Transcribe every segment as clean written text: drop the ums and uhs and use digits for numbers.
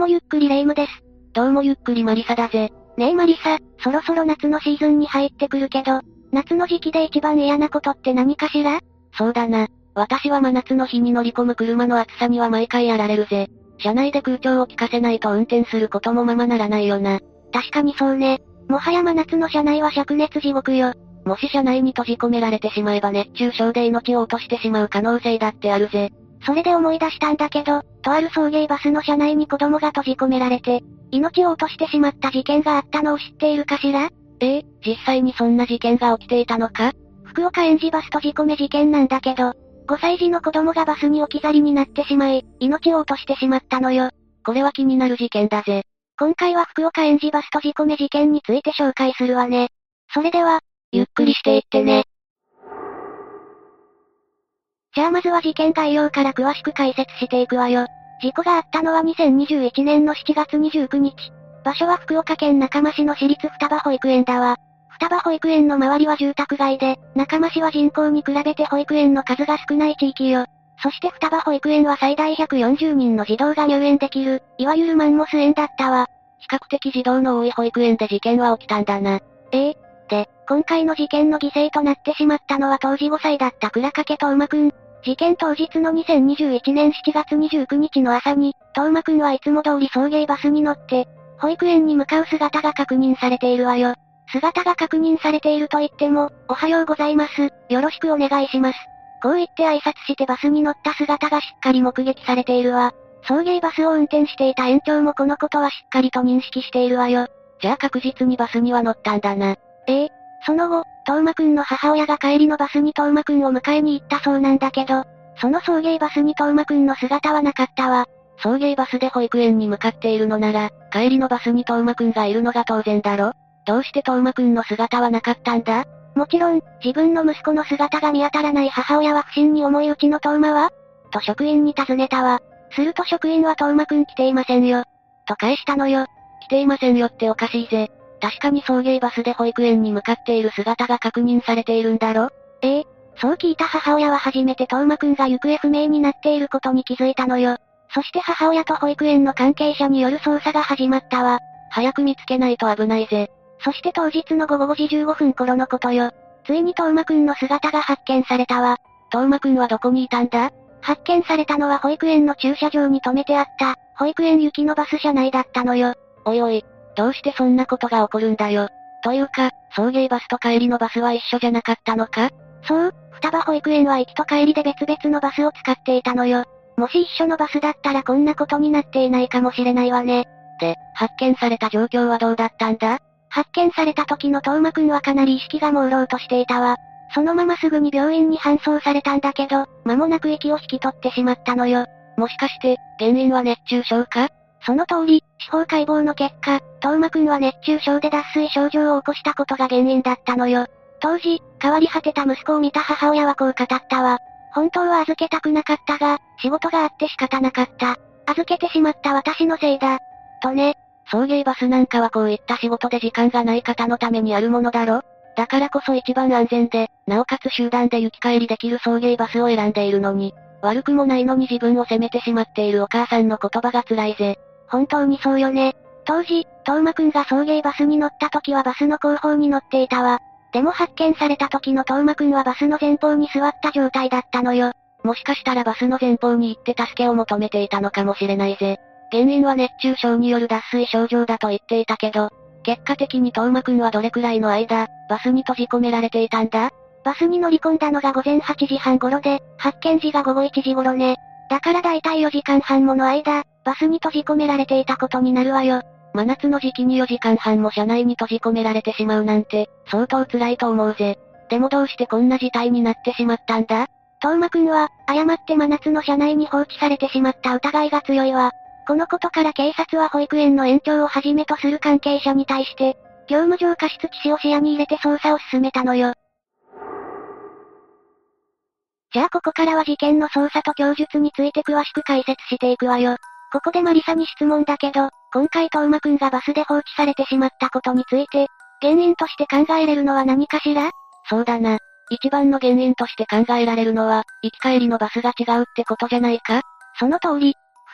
もゆっくりレ夢ムです。 どうもゆっくりマリサだぜ。 ねえマリサ、そろそろ夏のシーズンに入ってくるけど、夏の時期で一番嫌なことって何かしら？ そうだな。私は真夏の日に乗り込む車の暑さには毎回やられるぜ。車内で空調を効かせないと運転することもままならないよな。 確かにそうね。もはや真夏の車内は灼熱地獄よ。 もし車内に閉じ込められてしまえば熱中症で命を落としてしまう可能性だってあるぜ。 それで思い出したんだけど、とある送迎バスの車内に子供が閉じ込められて、命を落としてしまった事件があったのを知っているかしら？ 実際にそんな事件が起きていたのか？ 福岡園児バス閉じ込め事件なんだけど、5歳児の子供がバスに置き去りになってしまい、命を落としてしまったのよ。 これは気になる事件だぜ。 今回は福岡園児バス閉じ込め事件について紹介するわね。それでは、 ゆっくりしていってね。 じゃあまずは事件概要から詳しく解説していくわよ。事故があったのは2021年の7月29日。場所は福岡県中間市の市立双葉保育園だわ。双葉保育園の周りは住宅街で、中間市は人口に比べて保育園の数が少ない地域よ。そして双葉保育園は最大140人の児童が入園できる、いわゆるマンモス園だったわ。 比較的児童の多い保育園で事件は起きたんだな。 で、今回の事件の犠牲となってしまったのは当時5歳だった倉掛斗真くん。事件当日の2021年7月29日の朝に、斗真くんはいつも通り送迎バスに乗って、保育園に向かう姿が確認されているわよ。姿が確認されていると言っても、おはようございます、よろしくお願いします。こう言って挨拶してバスに乗った姿がしっかり目撃されているわ。送迎バスを運転していた園長もこのことはしっかりと認識しているわよ。 じゃあ確実にバスには乗ったんだな。 その後、斗真くんの母親が帰りのバスに斗真くんを迎えに行ったそうなんだけど、その送迎バスに斗真くんの姿はなかったわ。 送迎バスで保育園に向かっているのなら、帰りのバスに斗真くんがいるのが当然だろ？どうして斗真くんの姿はなかったんだ？ もちろん、自分の息子の姿が見当たらない母親は不審に思いうちの斗真はと職員に尋ねたわ。すると職員は斗真くん来ていませんよ。と返したのよ。 来ていませんよっておかしいぜ。確かに送迎バスで保育園に向かっている姿が確認されているんだろ？ そう聞いた母親は初めて斗真くんが行方不明になっていることに気づいたのよ。そして母親と保育園の関係者による捜査が始まったわ。 早く見つけないと危ないぜ。 そして当日の午後5時15分頃のことよ。ついに斗真くんの姿が発見されたわ。 斗真くんはどこにいたんだ？ 発見されたのは保育園の駐車場に停めてあった、保育園行きのバス車内だったのよ。 おいおい、どうしてそんなことが起こるんだよ。というか、送迎バスと帰りのバスは一緒じゃなかったのか？ そう、双葉保育園は行きと帰りで別々のバスを使っていたのよ。もし一緒のバスだったらこんなことになっていないかもしれないわね。 で、発見された状況はどうだったんだ？ 発見された時の斗真くんはかなり意識が朦朧としていたわ。そのまますぐに病院に搬送されたんだけど、間もなく息を引き取ってしまったのよ。 もしかして、原因は熱中症か？ その通り、司法解剖の結果、斗真くんは熱中症で脱水症状を起こしたことが原因だったのよ。当時、変わり果てた息子を見た母親はこう語ったわ。本当は預けたくなかったが、仕事があって仕方なかった。預けてしまった私のせいだ。とね。 送迎バスなんかはこういった仕事で時間がない方のためにあるものだろ？だからこそ一番安全で、なおかつ集団で行き帰りできる送迎バスを選んでいるのに、悪くもないのに自分を責めてしまっているお母さんの言葉が辛いぜ。 本当にそうよね。当時、斗真くんが送迎バスに乗った時はバスの後方に乗っていたわ。でも発見された時の斗真くんはバスの前方に座った状態だったのよ。 もしかしたらバスの前方に行って助けを求めていたのかもしれないぜ。原因は熱中症による脱水症状だと言っていたけど、結果的に斗真くんはどれくらいの間、バスに閉じ込められていたんだ？ バスに乗り込んだのが午前8時半頃で、発見時が午後1時頃ね。だからだいたい4時間半もの間、バスに閉じ込められていたことになるわよ。 真夏の時期に4時間半も車内に閉じ込められてしまうなんて、相当辛いと思うぜ。でもどうしてこんな事態になってしまったんだ？ 斗真くんは、誤って真夏の車内に放置されてしまった疑いが強いわ。このことから警察は保育園の園長をはじめとする関係者に対して、業務上過失致死を視野に入れて捜査を進めたのよ。じゃあここからは事件の捜査と供述について詳しく解説していくわよ。ここでマリサに質問だけど、今回斗真くんがバスで放置されてしまったことについて、原因として考えれるのは何かしら？ そうだな。一番の原因として考えられるのは、行き帰りのバスが違うってことじゃないか？ その通り。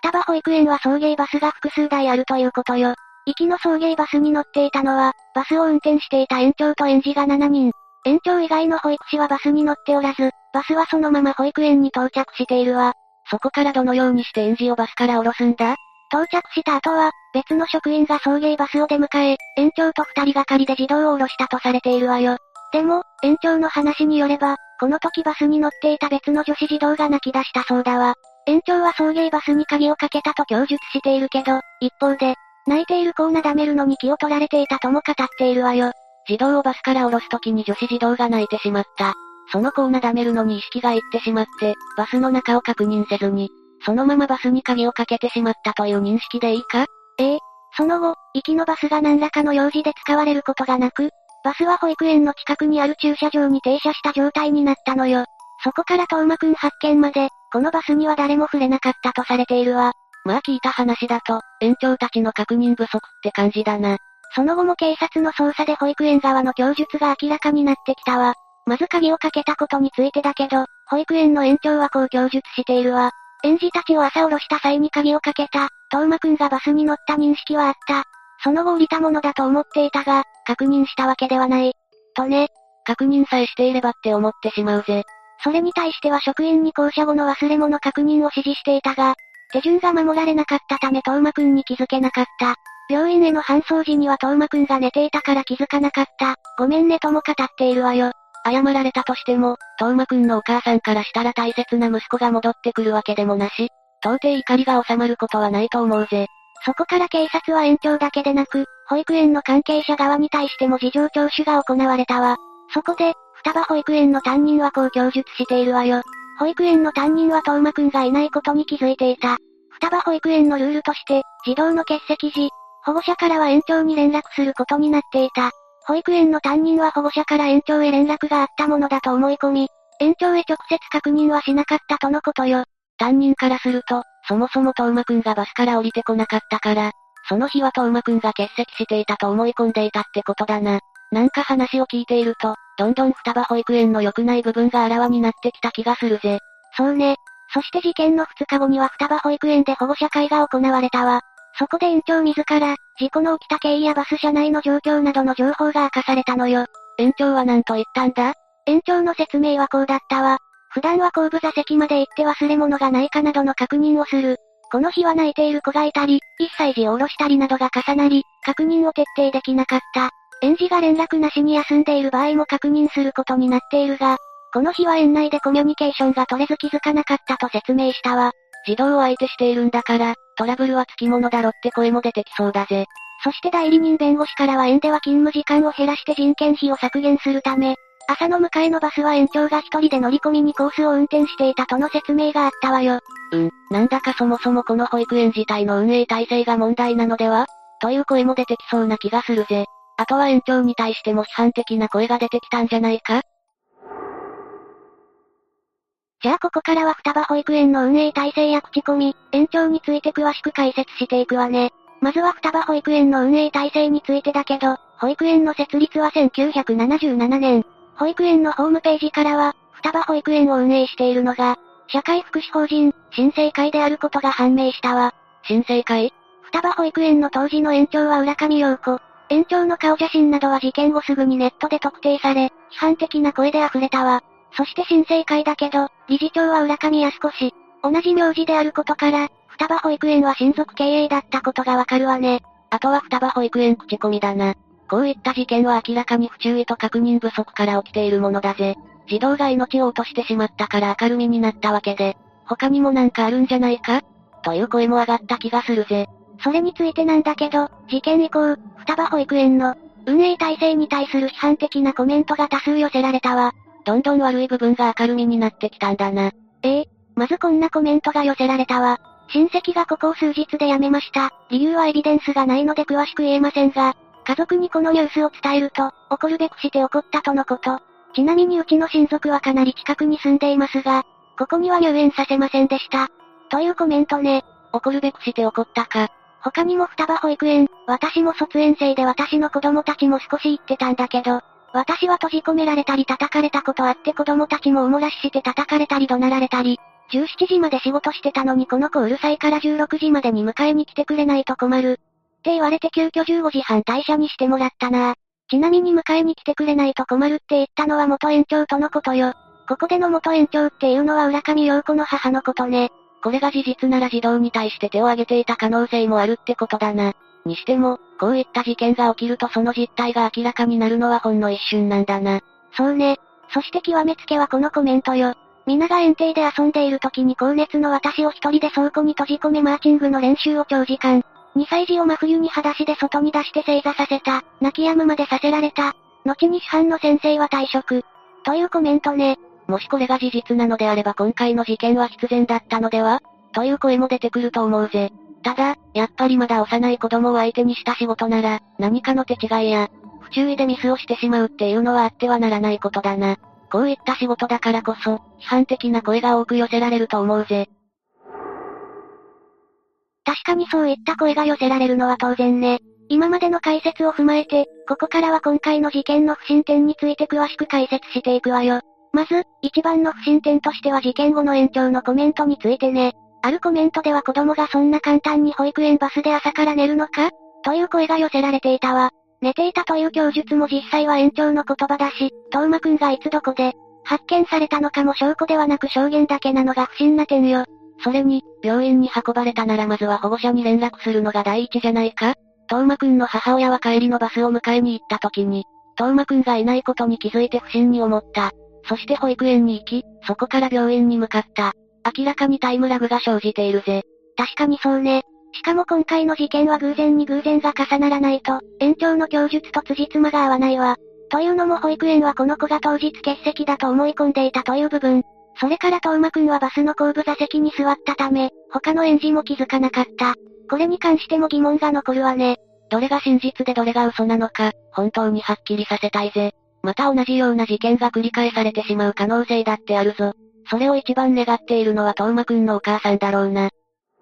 双葉保育園は送迎バスが複数台あるということよ。行きの送迎バスに乗っていたのは、バスを運転していた園長と園児が7人。園長以外の保育士はバスに乗っておらず、バスはそのまま保育園に到着しているわ。 そこからどのようにして園児をバスから降ろすんだ？ 到着した後は、別の職員が送迎バスを出迎え、園長と二人がかりで児童を降ろしたとされているわよ。でも、園長の話によれば、この時バスに乗っていた別の女子児童が泣き出したそうだわ。園長は送迎バスに鍵をかけたと供述しているけど、一方で、泣いている子をなだめるのに気を取られていたとも語っているわよ。 児童をバスから降ろす時に女子児童が泣いてしまった。その子をなだめるのに意識がいってしまって、バスの中を確認せずに、そのままバスに鍵をかけてしまったという認識でいいか？ その後、行きのバスが何らかの用事で使われることがなく、バスは保育園の近くにある駐車場に停車した状態になったのよ。そこから斗真くん発見まで、このバスには誰も触れなかったとされているわ。 まあ聞いた話だと、園長たちの確認不足って感じだな。 その後も警察の捜査で保育園側の供述が明らかになってきたわ。まず鍵をかけたことについてだけど、保育園の園長はこう供述しているわ。園児たちを朝降ろした際に鍵をかけた、斗真くんがバスに乗った認識はあった。その後降りたものだと思っていたが、確認したわけではない。とね。 確認さえしていればって思ってしまうぜ。 それに対しては職員に降車後の忘れ物確認を指示していたが、手順が守られなかったため斗真くんに気づけなかった。病院への搬送時には斗真くんが寝ていたから気づかなかった。ごめんねとも語っているわよ。 謝られたとしても、斗真くんのお母さんからしたら大切な息子が戻ってくるわけでもなし、到底怒りが収まることはないと思うぜ。 そこから警察は園長だけでなく、保育園の関係者側に対しても事情聴取が行われたわ。そこで、双葉保育園の担任はこう供述しているわよ。保育園の担任は斗真くんがいないことに気づいていた。双葉保育園のルールとして、児童の欠席時、保護者からは園長に連絡することになっていた。保育園の担任は保護者から園長へ連絡があったものだと思い込み、園長へ直接確認はしなかったとのことよ。 担任からすると、そもそも斗真くんがバスから降りてこなかったから、その日は斗真くんが欠席していたと思い込んでいたってことだな。なんか話を聞いていると、どんどん双葉保育園の良くない部分があらわになってきた気がするぜ。 そうね。そして事件の2日後には双葉保育園で保護者会が行われたわ。そこで園長自ら、事故の起きた経緯やバス車内の状況などの情報が明かされたのよ。 園長は何と言ったんだ？ 園長の説明はこうだったわ。普段は後部座席まで行って忘れ物がないかなどの確認をする。この日は泣いている子がいたり、1歳児を降ろしたりなどが重なり、確認を徹底できなかった。園児が連絡なしに休んでいる場合も確認することになっているが、この日は園内でコミュニケーションが取れず気づかなかったと説明したわ。 児童を相手しているんだから、トラブルはつきものだろって声も出てきそうだぜ。 そして代理人弁護士からは園では勤務時間を減らして人件費を削減するため、朝の迎えのバスは園長が一人で乗り込みにコースを運転していたとの説明があったわよ。 なんだかそもそもこの保育園自体の運営体制が問題なのでは？という声も出てきそうな気がするぜ。あとは園長に対しても批判的な声が出てきたんじゃないか？ じゃあここからは双葉保育園の運営体制や口コミ、園長について詳しく解説していくわね。まずは双葉保育園の運営体制についてだけど、保育園の設立は1977年。保育園のホームページからは、双葉保育園を運営しているのが、社会福祉法人、新生会であることが判明したわ。 新生会？ 双葉保育園の当時の園長は浦上陽子。園長の顔写真などは事件後すぐにネットで特定され、批判的な声で溢れたわ。そして新生会だけど、理事長は浦上康子氏。同じ名字であることから、双葉保育園は親族経営だったことがわかるわね。 あとは双葉保育園口コミだな。こういった事件は明らかに不注意と確認不足から起きているものだぜ。児童が命を落としてしまったから明るみになったわけで、他にもなんかあるんじゃないか？という声も上がった気がするぜ。 それについてなんだけど、事件以降、双葉保育園の運営体制に対する批判的なコメントが多数寄せられたわ。 どんどん悪い部分が明るみになってきたんだな。 まずこんなコメントが寄せられたわ。親戚がここを数日で辞めました。理由はエビデンスがないので詳しく言えませんが、家族にこのニュースを伝えると、怒るべくして怒ったとのこと。ちなみにうちの親族はかなり近くに住んでいますが、ここには入園させませんでした。というコメントね。 怒るべくして怒ったか。 他にも双葉保育園、私も卒園生で私の子供たちも少し行ってたんだけど、私は閉じ込められたり叩かれたことあって子供たちもおもらしして叩かれたり怒鳴られたり、 17時まで仕事してたのにこの子うるさいから16時までに迎えに来てくれないと困る。って言われて急遽15時半退社にしてもらったな。ちなみに迎えに来てくれないと困るって言ったのは元園長とのことよ。ここでの元園長っていうのは浦上陽子の母のことね。 これが事実なら児童に対して手を挙げていた可能性もあるってことだな。にしても、こういった事件が起きるとその実態が明らかになるのはほんの一瞬なんだな。 そうね。そして極めつけはこのコメントよ。皆が園庭で遊んでいる時に高熱の私を一人で倉庫に閉じ込めマーチングの練習を長時間。2歳児を真冬に裸足で外に出して正座させた。泣き止むまでさせられた。後に師範の先生は退職。というコメントね。 もしこれが事実なのであれば今回の事件は必然だったのではという声も出てくると思うぜ。ただ、やっぱりまだ幼い子供を相手にした仕事なら、何かの手違いや、不注意でミスをしてしまうっていうのはあってはならないことだな。こういった仕事だからこそ、批判的な声が多く寄せられると思うぜ。 確かにそういった声が寄せられるのは当然ね。今までの解説を踏まえて、ここからは今回の事件の不審点について詳しく解説していくわよ。まず、一番の不審点としては事件後の園長のコメントについてね。あるコメントでは子供がそんな簡単に保育園バスで朝から寝るのかという声が寄せられていたわ。寝ていたという供述も実際は園長の言葉だし、斗真くんがいつどこで、発見されたのかも証拠ではなく証言だけなのが不審な点よ。 それに、病院に運ばれたならまずは保護者に連絡するのが第一じゃないか斗真くんの母親は帰りのバスを迎えに行った時に、斗真くんがいないことに気づいて不審に思った。そして保育園に行き、そこから病院に向かった。明らかにタイムラグが生じているぜ。 確かにそうね。しかも今回の事件は偶然に偶然が重ならないと、園長の供述と辻褄が合わないわ。というのも保育園はこの子が当日欠席だと思い込んでいたという部分。それから斗真くんはバスの後部座席に座ったため、他の園児も気づかなかった。これに関しても疑問が残るわね。 どれが真実でどれが嘘なのか、本当にはっきりさせたいぜ。また同じような事件が繰り返されてしまう可能性だってあるぞ。それを一番願っているのは斗真くんのお母さんだろうな。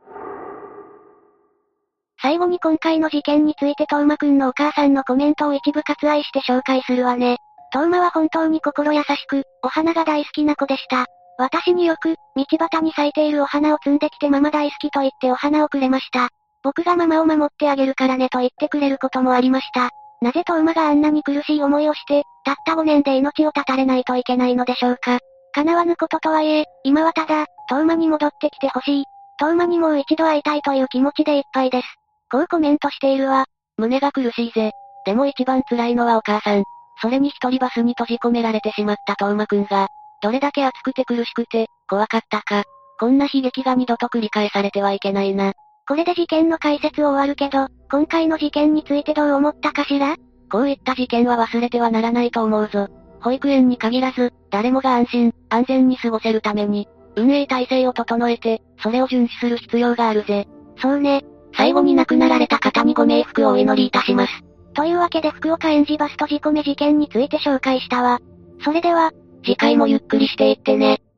最後に今回の事件について斗真くんのお母さんのコメントを一部割愛して紹介するわね。斗真は本当に心優しく、お花が大好きな子でした。私によく、道端に咲いているお花を摘んできてママ大好きと言ってお花をくれました。僕がママを守ってあげるからねと言ってくれることもありました。なぜ斗真があんなに苦しい思いをして、たった5年で命を絶たれないといけないのでしょうか。叶わぬこととはいえ、今はただ、斗真に戻ってきてほしい。斗真にもう一度会いたいという気持ちでいっぱいです。こうコメントしているわ。 胸が苦しいぜ。でも一番辛いのはお母さん。それに一人バスに閉じ込められてしまった斗真くんが、どれだけ熱くて苦しくて、怖かったか。こんな悲劇が二度と繰り返されてはいけないな。 これで事件の解説を終わるけど、今回の事件についてどう思ったかしら？ こういった事件は忘れてはならないと思うぞ。保育園に限らず、誰もが安心、安全に過ごせるために、運営体制を整えて、それを遵守する必要があるぜ。 そうね。 最後に亡くなられた方にご冥福をお祈りいたします。 というわけで福岡園児バス閉じ込め事件について紹介したわ。それでは、 次回もゆっくりしていってね。